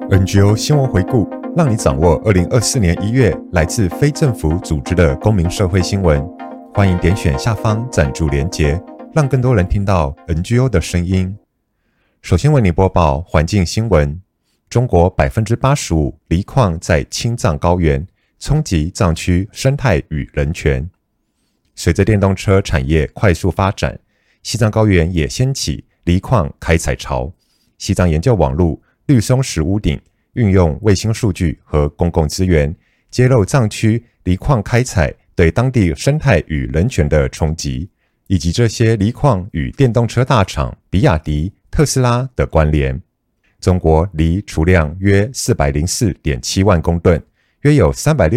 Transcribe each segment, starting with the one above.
NGO 新闻回顾，让你掌握2024年1月来自非政府组织的公民社会新闻。欢迎点选下方赞助连结，让更多人听到 NGO 的声音。首先为你播报环境新闻。中国 85% 锂矿在青藏高原，冲击藏区生态与人权。随着电动车产业快速发展，西藏高原也掀起锂矿开采潮。西藏研究网络绿松石屋顶运用卫星数据和公共资源，揭露藏区锂矿开采对当地生态与人权的冲击，以及这些锂矿与电动车大厂比亚迪、特斯拉的关联。中国锂储量约 404.7 万公吨，约有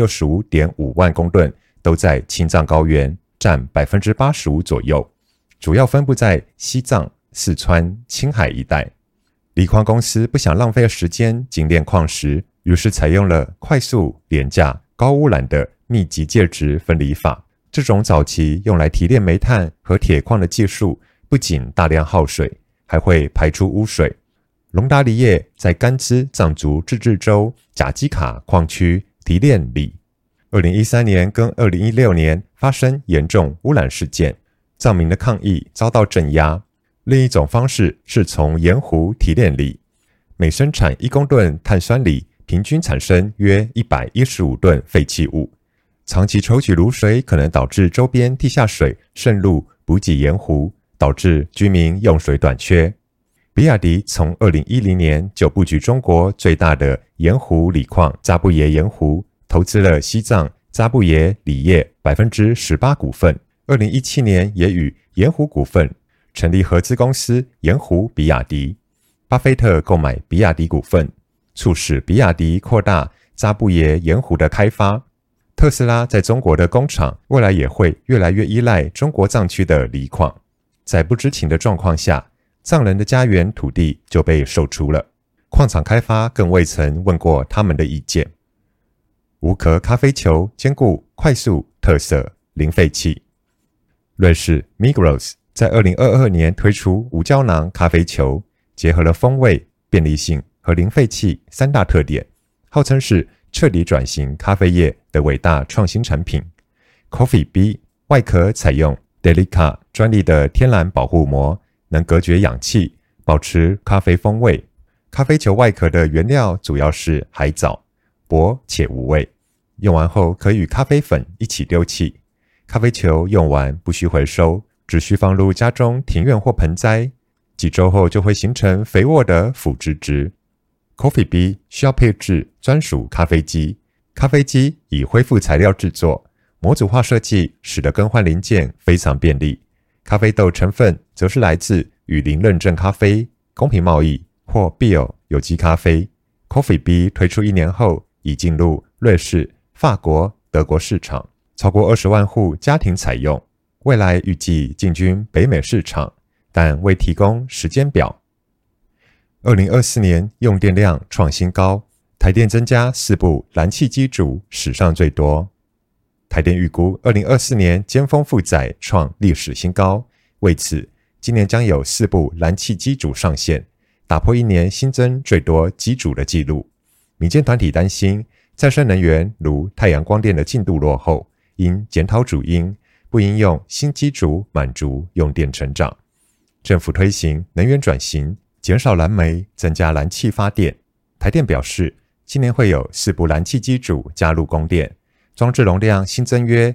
365.5 万公吨都在青藏高原，占 85% 左右，主要分布在西藏、四川、青海一带。锂矿公司不想浪费时间精炼矿石，于是采用了快速、廉价、高污染的密集介质分离法。这种早期用来提炼煤炭和铁矿的技术，不仅大量耗水，还会排出污水。隆达锂业在甘孜藏族自治州贾基卡矿区提炼锂。2013年跟2016年发生严重污染事件，藏民的抗议遭到镇压。另一种方式是从盐湖提炼锂，每生产1公吨碳酸锂，平均产生约115吨废弃物。长期抽取卤水可能导致周边地下水渗入补给盐湖，导致居民用水短缺。比亚迪从2010年就布局中国最大的盐湖锂矿扎布耶盐湖，投资了西藏扎布耶锂业 18% 股份。2017年也与盐湖股份成立合资公司盐湖比亚迪。巴菲特购买比亚迪股份，促使比亚迪扩大扎布耶盐湖的开发。特斯拉在中国的工厂未来也会越来越依赖中国藏区的锂矿。在不知情的状况下，藏人的家园土地就被售出了，矿场开发更未曾问过他们的意见。无壳咖啡球兼顾快速、特色、零废弃。瑞士 Migros 在2022年推出无胶囊咖啡球，结合了风味、便利性和零废弃3大特点，号称是彻底转型咖啡业的伟大创新产品。Coffee Bee 外壳采用 Delica 专利的天然保护膜，能隔绝氧气，保持咖啡风味。咖啡球外壳的原料主要是海藻，薄且无味，用完后可与咖啡粉一起丢弃。咖啡球用完不需回收，只需放入家中庭院或盆栽，几周后就会形成肥沃的腐殖质。Coffee Bee 需要配置专属咖啡机，咖啡机以恢复材料制作，模组化设计使得更换零件非常便利。咖啡豆成分则是来自与零认证咖啡、公平贸易或 Bio 有机咖啡。Coffee Bee 推出1年后，已进入瑞士、法国、德国市场，超过20万户家庭采用，未来预计进军北美市场，但未提供时间表。2024年用电量创新高，台电增加4部燃气机组，史上最多。台电预估2024年尖峰负载创历史新高，为此今年将有4部燃气机组上线，打破1年新增最多机组的记录。民间团体担心再生能源如太阳光电的进度落后，应检讨主因，不应用新机组满足用电成长。政府推行能源转型，减少燃煤，增加燃气发电。台电表示，今年会有4部燃气机组加入供电，装置容量新增约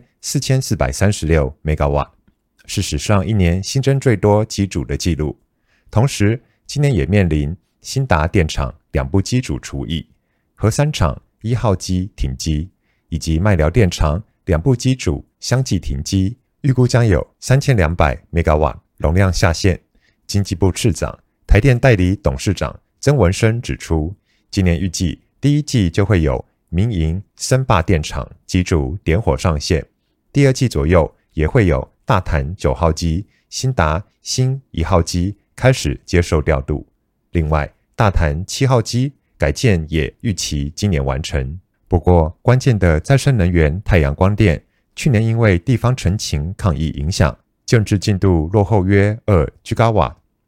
4436 MW， 是史上1年新增最多机组的记录。同时，今年也面临新达电厂2部机组除役，核三厂1号机停机，以及麦寮电厂2部机组相继停机，预估将有3200 MW 容量下线。经济部次长、台电代理董事长曾文生指出，今年预计第1季就会有民营森坝电厂机组点火上线，第2季左右也会有大潭9号机、新达新1号机开始接受调度。另外，大潭7号机改建也预期今年完成。不过，关键的再生能源太阳光电，去年因为地方陈情抗议影响，建制进度落后约2 GW，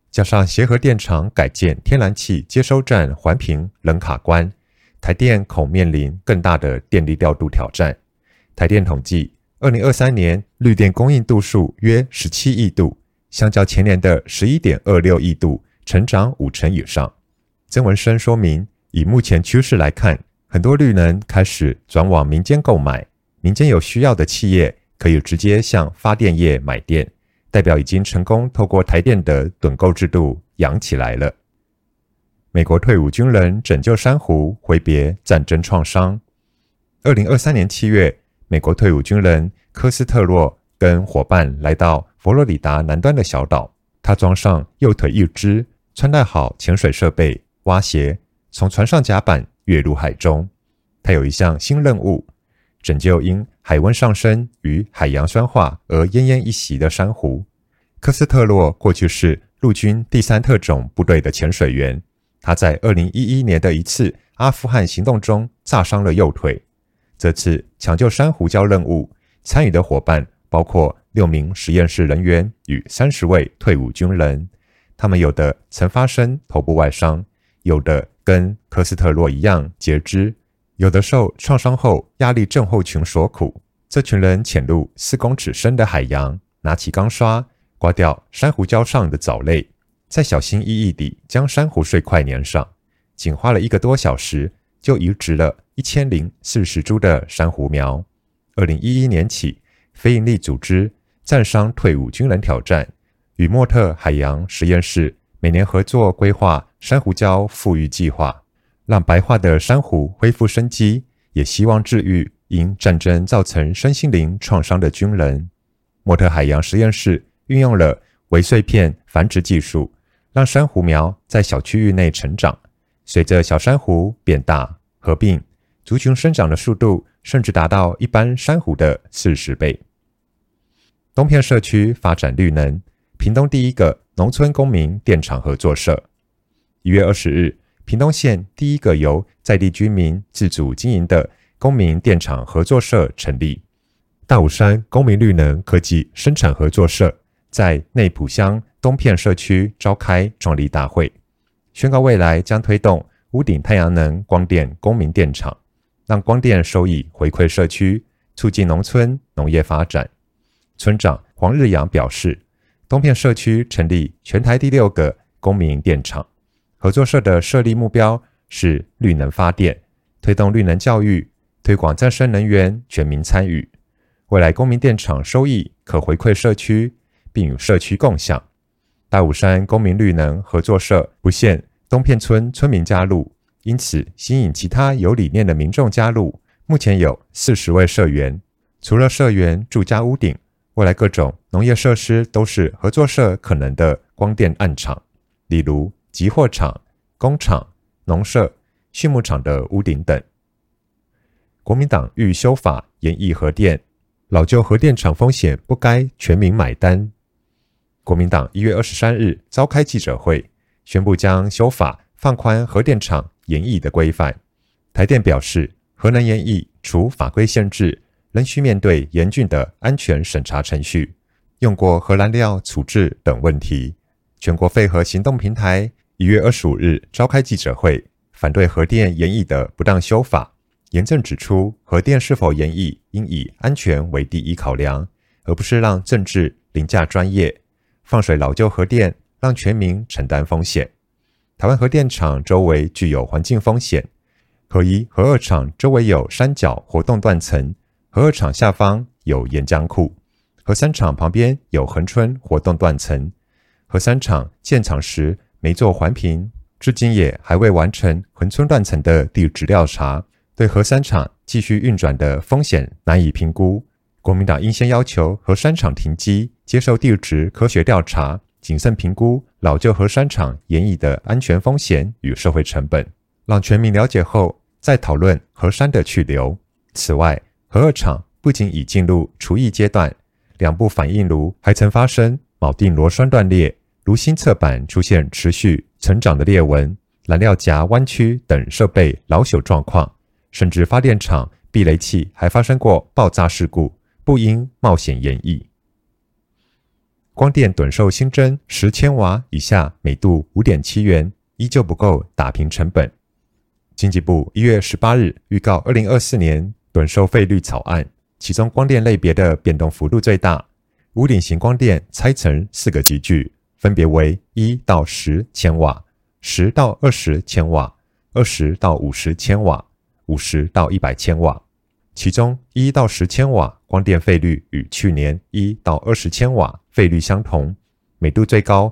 加上协和电厂改建天然气接收站环评冷卡关，台电恐面临更大的电力调度挑战。台电统计2023年绿电供应度数约17亿度，相较前年的 11.26 亿度成长5成以上。曾文生说明，以目前趋势来看，很多绿能开始转往民间购买，民间有需要的企业可以直接向发电业买电，代表已经成功透过台电的趸购制度养起来了。美国退伍军人拯救珊瑚，挥别战争创伤。2023年7月，美国退伍军人科斯特洛跟伙伴来到佛罗里达南端的小岛，他装上右腿一只，穿戴好潜水设备，蛙鞋，从船上甲板跃入海中。他有一项新任务，拯救因海温上升与海洋酸化而奄奄一息的珊瑚。科斯特洛过去是陆军第3特种部队的潜水员，他在2011年的一次阿富汗行动中炸伤了右腿。这次抢救珊瑚礁任务参与的伙伴包括6名实验室人员与30位退伍军人，他们有的曾发生头部外伤，有的跟科斯特洛一样截肢，有的受创伤后压力症候群所苦。这群人潜入4公尺深的海洋，拿起钢刷刮掉珊瑚礁上的藻类，再小心翼翼地将珊瑚碎块粘上，仅花了1个多小时就移植了1040株的珊瑚苗。2011年起，非营利组织战伤退伍军人挑战与莫特海洋实验室每年合作规划珊瑚礁复育计划，让白化的珊瑚恢复生机，也希望治愈因战争造成身心灵创伤的军人。莫特海洋实验室运用了微碎片繁殖技术，让珊瑚苗在小区域内成长，随着小珊瑚变大合并，族群生长的速度甚至达到一般珊瑚的40倍。东片社区发展绿能，屏东第一个农村公民电厂合作社。1月20日，屏东县第一个由在地居民自主经营的公民电厂合作社成立。大武山公民绿能科技生产合作社在内埔乡东片社区召开创立大会，宣告未来将推动屋顶太阳能光电公民电厂，让光电收益回馈社区，促进农村农业发展。村长黄日阳表示，东片社区成立全台第6个公民电厂，合作社的设立目标是绿能发电，推动绿能教育，推广再生能源，全民参与。未来公民电厂收益可回馈社区，并与社区共享。大武山公民绿能合作社不限东片村村民加入，因此吸引其他有理念的民众加入。目前有40位社员，除了社员住家屋顶，未来各种农业设施都是合作社可能的光电暗场，例如集货场、工厂、农舍、畜牧场的屋顶等。国民党欲修法严抑核电，老旧核电厂风险不该全民买单。国民党1月23日召开记者会，宣布将修法放宽核电厂研议的规范。台电表示，核能研议除法规限制，仍需面对严峻的安全审查程序、用过核燃料处置等问题。全国废核行动平台1月25日召开记者会，反对核电研议的不当修法，严正指出，核电是否研议应以安全为第一考量，而不是让政治凌驾专业，放水老旧核电，让全民承担风险。台湾核电厂周围具有环境风险，核1、核2厂周围有山脚活动断层，核2厂下方有岩浆库，核3厂旁边有恒春活动断层。核3厂建厂时没做环评，至今也还未完成恒春断层的地质调查，对核3厂继续运转的风险难以评估。国民党应先要求核3厂停机，接受地质科学调查，谨慎评估老旧核3厂研议的安全风险与社会成本，让全民了解后再讨论核3的去留。此外，核2厂不仅已进入除役阶段，2部反应炉还曾发生铆定螺栓断裂，炉心侧板出现持续成长的裂纹，燃料夹弯曲等设备老朽状况，甚至发电厂避雷器还发生过爆炸事故，不应冒险延役。 光电趸售新增10千瓦以下每度 5.7 元，依旧不够打平成本。经济部1月18日预告2024年趸售费率草案，其中光电类别的变动幅度最大，屋顶型光电拆成4个级距，分别为1到10千瓦、10到20千瓦、20到50千瓦、50到100千瓦。其中1到10千瓦光电费率与去年1到20千瓦费率相同，每度最高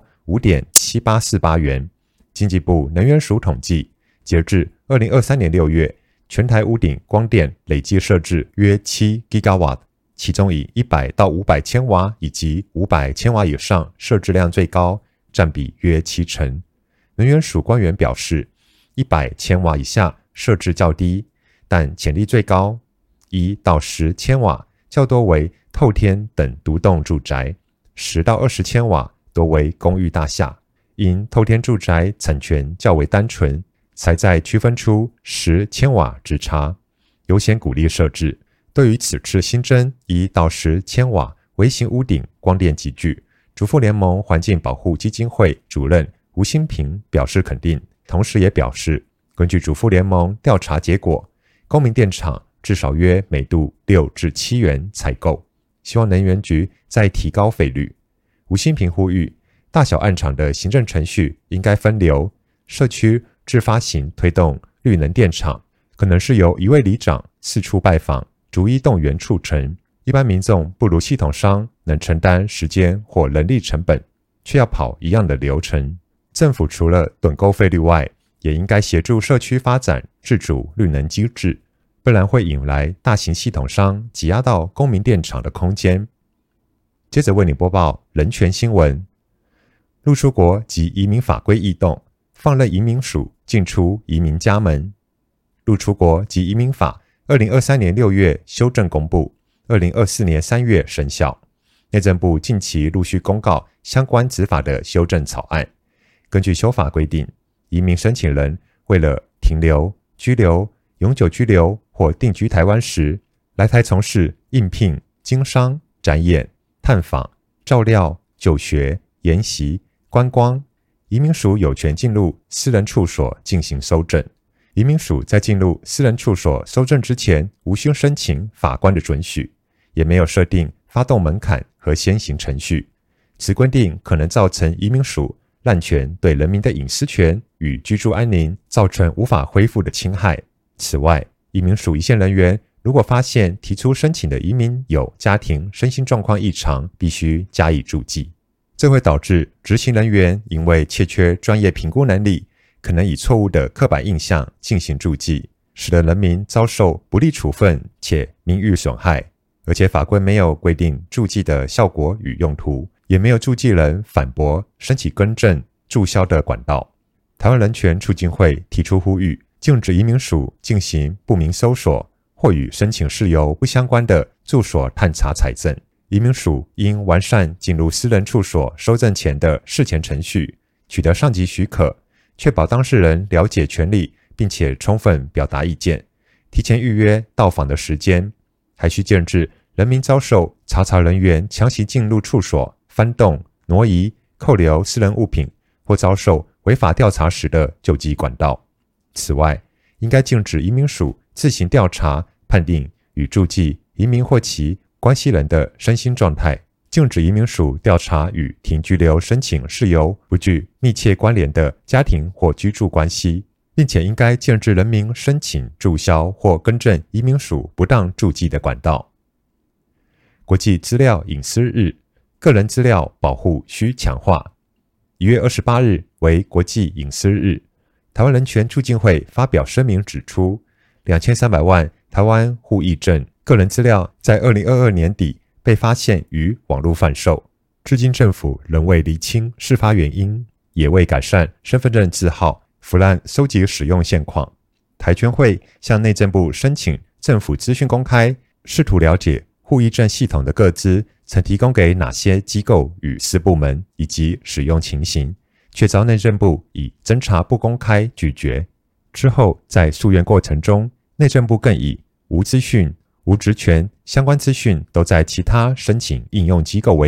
5.7848 元。经济部能源署统计，截至2023年6月，全台屋顶光电累计设置约7 GW， 其中以100到500千瓦以及500千瓦以上设置量最高，占比约70%。能源署官员表示，100千瓦以下设置较低，但潜力最高。1到10千瓦较多为透天等独栋住宅，10到20千瓦多为公寓大厦。因透天住宅产权较为单纯，才在区分出10千瓦之差，优先鼓励设置。对于此次新增1到10千瓦微型屋顶光电级距，主妇联盟环境保护基金会主任吴新平表示肯定，同时也表示，根据主妇联盟调查结果，公民电厂至少约每度6至7元才够，希望能源局再提高费率。吴新平呼吁，大小案场的行政程序应该分流，社区自发型推动绿能电厂，可能是由一位里长四处拜访，逐一动员促成。一般民众不如系统商能承担时间或人力成本，却要跑一样的流程。政府除了趸购费率外，也应该协助社区发展自主绿能机制，不然会引来大型系统商挤压到公民电厂的空间。接着为你播报人权新闻。入出国及移民法规异动，放任移民署进出移民家门。入出国及移民法2023年6月修正公布，2024年3月生效。内政部近期陆续公告相关执法的修正草案。根据修法规定，移民申请人为了停留、居留、永久居留或定居台湾时，来台从事应聘、经商、展演、探访、照料、就学、研习、观光，移民署有权进入私人处所进行搜证。移民署在进入私人处所搜证之前，无需申请法官的准许，也没有设定发动门槛和先行程序。此规定可能造成移民署滥权，对人民的隐私权与居住安宁造成无法恢复的侵害。此外，移民署一线人员如果发现提出申请的移民有家庭身心状况异常，必须加以注记。这会导致执行人员因为缺专业评估能力，可能以错误的刻板印象进行注记，使得人民遭受不利处分且名誉损害。而且法规没有规定注记的效果与用途，也没有注记人反驳、申请更正、注销的管道。台湾人权促进会提出呼吁，禁止移民署进行不明搜索或与申请事由不相关的住所探查采证。移民署应完善进入私人处所搜证前的事前程序，取得上级许可，确保当事人了解权利，并且充分表达意见，提前预约到访的时间。还需建制人民遭受查察人员强行进入处所、翻动、挪移、扣留私人物品或遭受违法调查时的救济管道。此外，应该禁止移民署自行调查、判定与注记移民或其关系人的身心状态，禁止移民署调查与停居留申请事由不具密切关联的家庭或居住关系，并且应该禁止人民申请注销或更正移民署不当注记的管道。国际资料隐私日，个人资料保护需强化。1月28日为国际隐私日，台湾人权促进会发表声明指出，2300万台湾户役证个人资料在2022年底被发现于网络贩售，至今政府仍未厘清事发原因，也未改善身份证字号腐烂收集使用现况。台捐会向内政部申请政府资讯公开，试图了解户役证系统的个资曾提供给哪些机构与私部门以及使用情形，却遭内政部以侦查不公开拒绝。之后在诉愿过程中，内政部更以无资讯、无职权、相关资讯都在其他申请应用机构为由，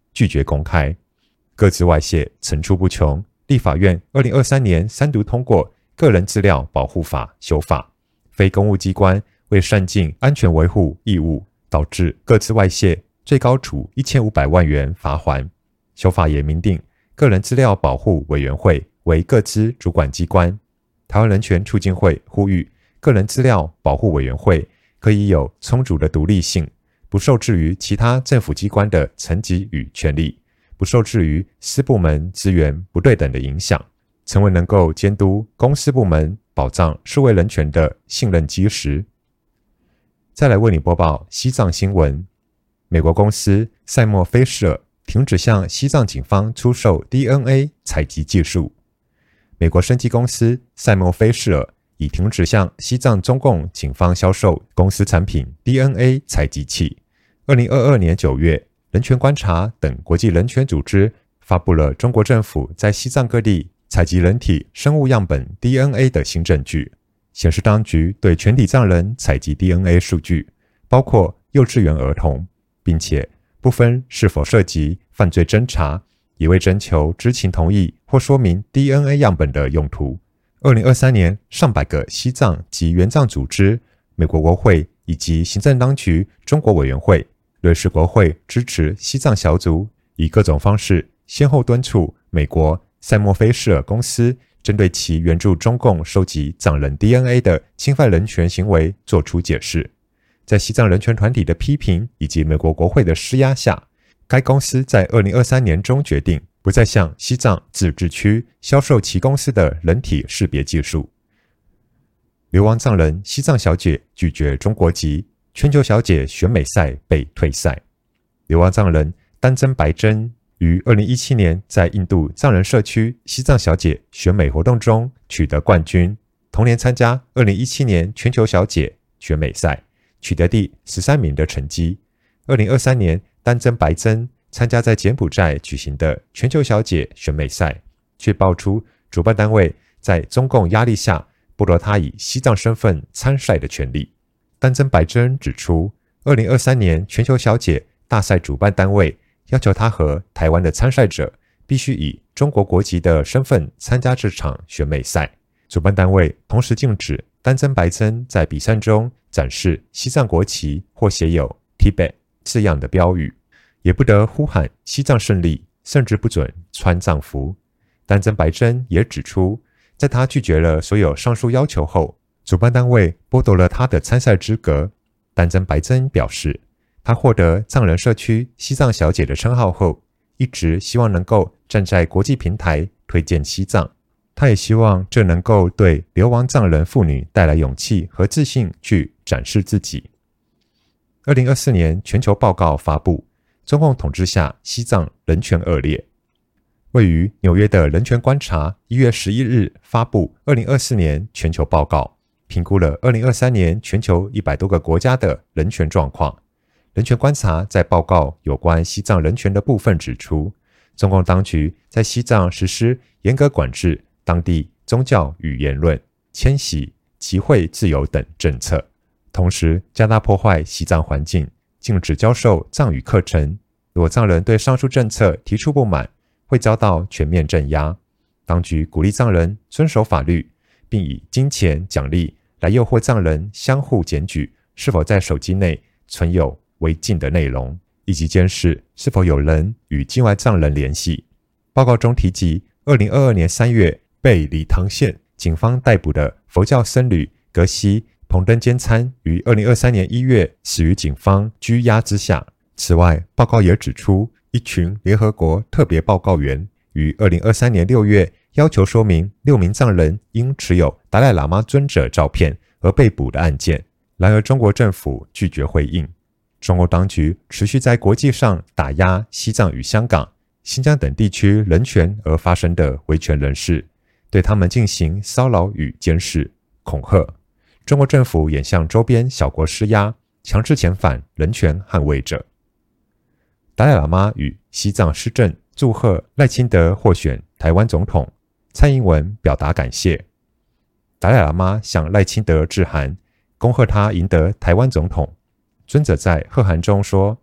拒绝公开。各自外泄层出不穷，立法院2023年3读通过《个人资料保护法》修法，非公务机关未善尽安全维护义务，导致各自外泄，最高处1500万元罚锾。修法也明定个人资料保护委员会为各资主管机关。台湾人权促进会呼吁个人资料保护委员会可以有充足的独立性，不受制于其他政府机关的层级与权力，不受制于私部门资源不对等的影响，成为能够监督公私部门保障数位人权的信任基石。再来为你播报西藏新闻。美国公司赛默菲士尔停止向西藏警方出售 DNA 采集技术。美国生技公司赛默菲士尔已停止向西藏中共警方销售公司产品 DNA 采集器。2022年9月，人权观察等国际人权组织发布了中国政府在西藏各地采集人体生物样本 DNA 的新证据，显示当局对全体藏人采集 DNA 数据，包括幼稚园儿童，并且不分是否涉及犯罪侦查，也未征求知情同意或说明 DNA 样本的用途。2023年，上百个西藏及援藏组织、美国国会以及行政当局中国委员会、瑞士国会支持西藏小组，以各种方式先后敦促美国赛默菲士尔公司针对其援助中共收集藏人 DNA 的侵犯人权行为作出解释。在西藏人权团体的批评以及美国国会的施压下，该公司在2023年中决定不再向西藏自治区销售其公司的人体识别技术。流亡藏人西藏小姐拒绝中国籍，全球小姐选美赛被退赛。流亡藏人丹增白珍于2017年在印度藏人社区西藏小姐选美活动中取得冠军，同年参加2017年全球小姐选美赛，取得第13名的成绩。2023年，丹增白珍参加在柬埔寨举行的全球小姐选美赛，却爆出主办单位在中共压力下剥夺她以西藏身份参赛的权利。丹增白珍指出，2023年全球小姐大赛主办单位要求她和台湾的参赛者必须以中国国籍的身份参加这场选美赛。主办单位同时禁止丹增白珍在比赛中展示西藏国旗或写有 Tibet 字样的标语，也不得呼喊西藏胜利，甚至不准穿藏服。丹增白珍也指出，在他拒绝了所有上述要求后，主办单位剥夺了他的参赛资格。丹增白珍表示，他获得藏人社区西藏小姐的称号后，一直希望能够站在国际平台推荐西藏。他也希望这能够对流亡藏人妇女带来勇气和自信去展示自己。2024年全球报告发布，中共统治下西藏人权恶劣。位于纽约的人权观察1月11日发布2024年全球报告，评估了2023年全球100多个国家的人权状况。人权观察在报告有关西藏人权的部分指出，中共当局在西藏实施严格管制当地宗教与言论、迁徙、集会自由等政策，同时加大破坏西藏环境，禁止教授藏语课程。如果藏人对上述政策提出不满，会遭到全面镇压。当局鼓励藏人遵守法律，并以金钱奖励来诱惑藏人相互检举是否在手机内存有违禁的内容，以及监视是否有人与境外藏人联系。报告中提及2022年3月被理塘县警方逮捕的佛教僧侣格西彭登坚参于2023年1月死于警方拘押之下。此外，报告也指出，一群联合国特别报告员于2023年6月要求说明6名藏人因持有达赖喇嘛尊者照片而被捕的案件，然而中国政府拒绝回应。中国当局持续在国际上打压西藏与香港、新疆等地区人权而发生的维权人士，对他们进行骚扰与监视、恐吓。中国政府也向周边小国施压，强制遣返人权捍卫者。达赖喇嘛与西藏市政祝贺赖清德获选台湾总统，蔡英文表达感谢。达赖喇嘛向赖清德致函，恭贺他赢得台湾总统。尊者在贺函中说，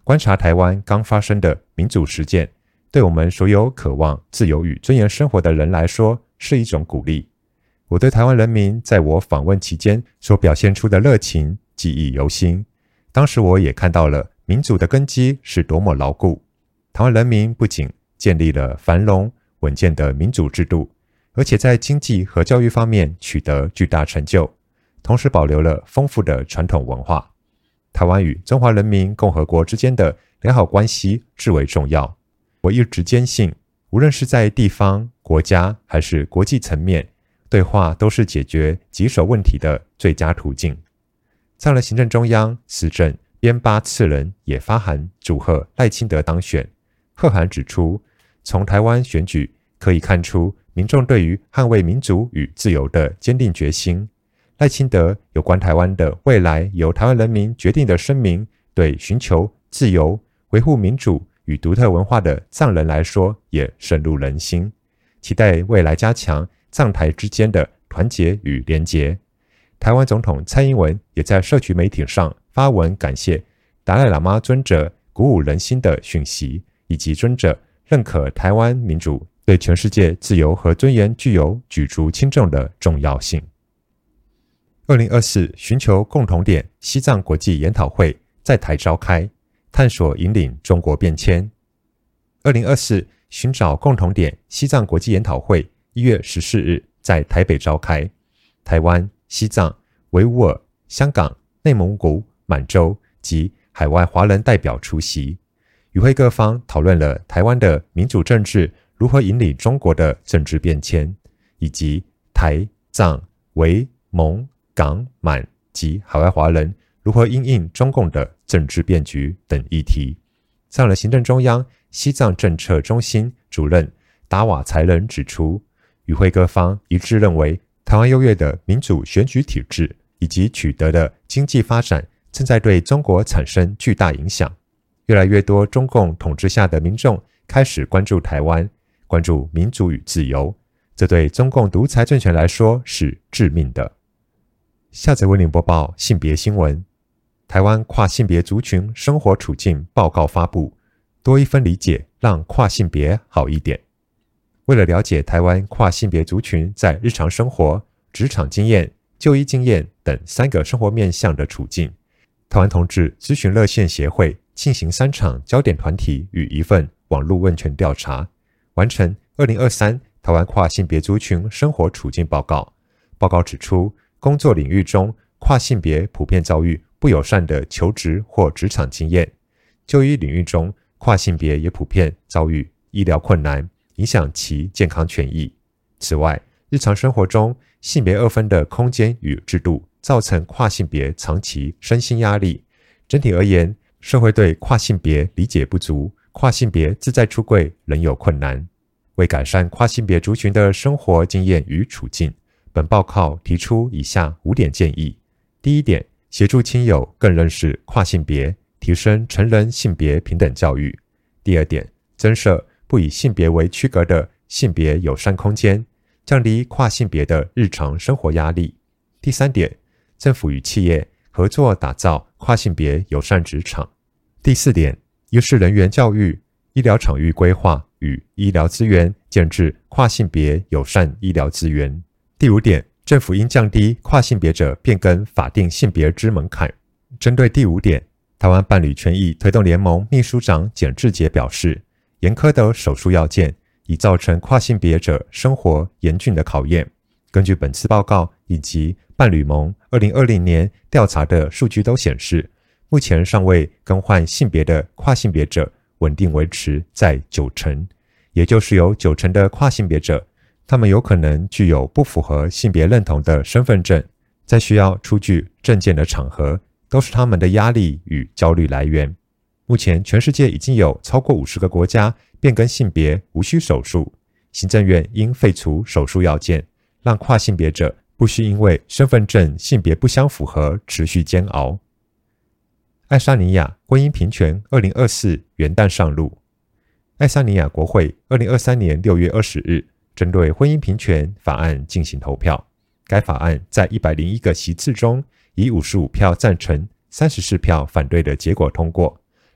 观察台湾刚发生的民主实践，对我们所有渴望自由与尊严生活的人来说是一种鼓励。我对台湾人民在我访问期间所表现出的热情记忆犹新。当时我也看到了民主的根基是多么牢固。台湾人民不仅建立了繁荣稳健的民主制度，而且在经济和教育方面取得巨大成就，同时保留了丰富的传统文化。台湾与中华人民共和国之间的良好关系至为重要。我一直坚信，无论是在地方、国家还是国际层面，对话都是解决棘手问题的最佳途径。上了行政中央，司政边巴次人也发函祝贺赖清德当选。贺函指出，从台湾选举可以看出民众对于捍卫民主与自由的坚定决心。赖清德有关台湾的未来由台湾人民决定的声明，对寻求自由、维护民主与独特文化的藏人来说也深入人心，期待未来加强藏台之间的团结与连结。台湾总统蔡英文也在社群媒体上发文感谢达赖喇嘛尊者鼓舞人心的讯息，以及尊者认可台湾民主对全世界自由和尊严具有举足轻重的重要性。2024寻求共同点西藏国际研讨会在台召开，探索引领中国变迁。2024寻找共同点西藏国际研讨会1月14日在台北召开，台湾、西藏、维吾尔、香港、内蒙古、满洲及海外华人代表出席。与会各方讨论了台湾的民主政治如何引领中国的政治变迁，以及台、藏、维、蒙、港、满及海外华人如何因应中共的政治变局等议题。上了行政中央西藏政策中心主任达瓦才仁指出，与会各方一致认为，台湾优越的民主选举体制以及取得的经济发展正在对中国产生巨大影响。越来越多中共统治下的民众开始关注台湾，关注民主与自由，这对中共独裁政权来说是致命的。下则为您播报性别新闻。台湾跨性别族群生活处境报告发布，多一分理解，让跨性别好一点。为了了解台湾跨性别族群在日常生活、职场经验、就医经验等3个生活面向的处境，台湾同志咨询热线协会进行3场焦点团体与1份网络问卷调查，完成2023台湾跨性别族群生活处境报告。报告指出，工作领域中跨性别普遍遭遇不友善的求职或职场经验，就医领域中跨性别也普遍遭遇医疗困难，影响其健康权益。此外，日常生活中性别二分的空间与制度造成跨性别长期身心压力。整体而言，社会对跨性别理解不足，跨性别自在出柜仍有困难。为改善跨性别族群的生活经验与处境，本报告提出以下5点建议。第1点，协助亲友更认识跨性别，提升成人性别平等教育。第2点，增设不以性别为区隔的性别友善空间，降低跨性别的日常生活压力。第3点，政府与企业合作打造跨性别友善职场。第4点，优势人员教育、医疗场域规划与医疗资源建置跨性别友善医疗资源。第5点，政府应降低跨性别者变更法定性别之门槛。针对第5点，台湾伴侣权益推动联盟秘书长简志杰表示，严苛的手术要件已造成跨性别者生活严峻的考验。根据本次报告以及伴侣盟2020年调查的数据都显示，目前尚未更换性别的跨性别者稳定维持在90%，也就是有90%的跨性别者，他们有可能具有不符合性别认同的身份证，在需要出具证件的场合，都是他们的压力与焦虑来源。目前全世界已经有超过50个国家变更性别无需手术，行政院应废除手术要件，让跨性别者不需因为身份证性别不相符合持续煎熬。爱沙尼亚婚姻平权2024元旦上路。爱沙尼亚国会2023年6月20日针对婚姻平权法案进行投票，该法案在101个席次中以55票赞成、34票反对的结果通过，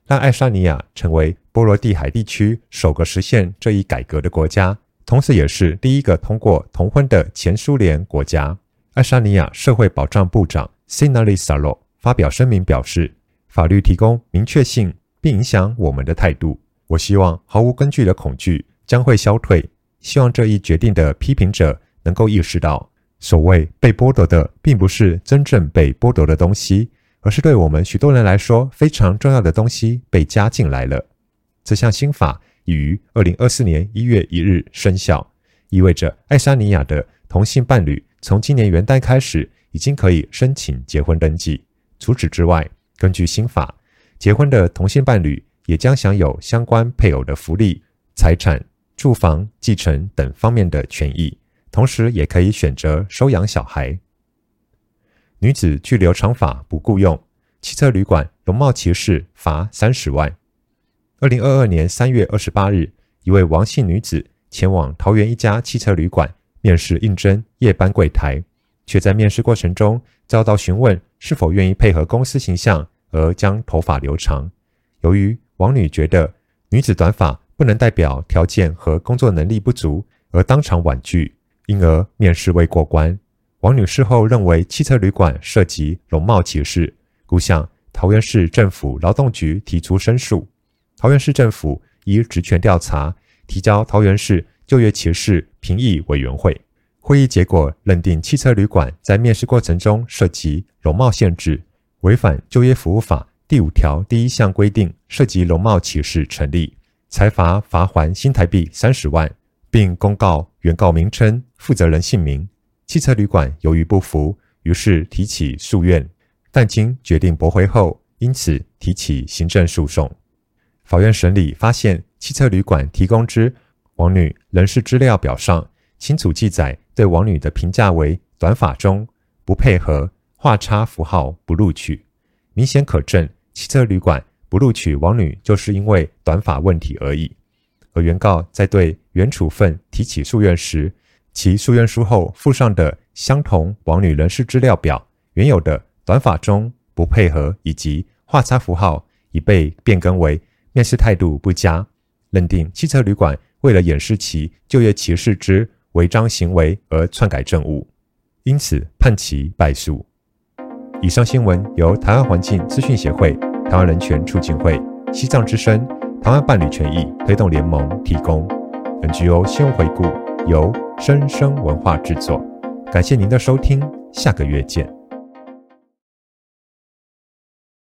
让爱沙尼亚成为波罗的海地区首个实现这一改革的国家，同时也是第一个通过同婚的前苏联国家。爱沙尼亚社会保障部长 Sinali Salo 发表声明表示，法律提供明确性并影响我们的态度，我希望毫无根据的恐惧将会消退，希望这一决定的批评者能够意识到，所谓被剥夺的并不是真正被剥夺的东西，而是对我们许多人来说非常重要的东西被加进来了。这项新法已于2024年1月1日生效，意味着爱沙尼亚的同性伴侣从今年元旦开始已经可以申请结婚登记。除此之外，根据新法，结婚的同性伴侣也将享有相关配偶的福利、财产、住房、继承等方面的权益，同时也可以选择收养小孩。女子拒留长发不雇用，汽车旅馆容貌歧视罚30万。2022年3月28日，一位王姓女子前往桃园一家汽车旅馆面试应征夜班柜台，却在面试过程中遭到询问是否愿意配合公司形象而将头发留长。由于王女觉得女子短发不能代表条件和工作能力不足，而当场婉拒，因而面试未过关。王女事后认为汽车旅馆涉及容貌歧视，故向桃园市政府劳动局提出申诉。桃园市政府依职权调查，提交桃园市就业歧视评议委员会。会议结果认定汽车旅馆在面试过程中涉及容貌限制，违反就业服务法第5条第1项规定，涉及容貌歧视成立，裁罚罚锾新台币30万，并公告原告名称、负责人姓名。汽车旅馆由于不服，于是提起诉愿，但经决定驳回后，因此提起行政诉讼。法院审理发现，汽车旅馆提供之王女人事资料表上清楚记载对王女的评价为短发中，不配合，画叉符号不录取，明显可证汽车旅馆不录取王女就是因为短发问题而已。而原告在对原处分提起诉愿时，其诉愿书后附上的相同王女人事资料表原有的短发中、不配合以及画叉符号已被变更为面试态度不佳，认定汽车旅馆为了掩饰其就业歧视之违章行为而篡改证物，因此判其败诉。以上新闻由台湾环境资讯协会、台湾人权促进会、西藏之声、台湾伴侣权益推动联盟提供。NGO 新闻回顾由生生文化制作，感谢您的收听，下个月见。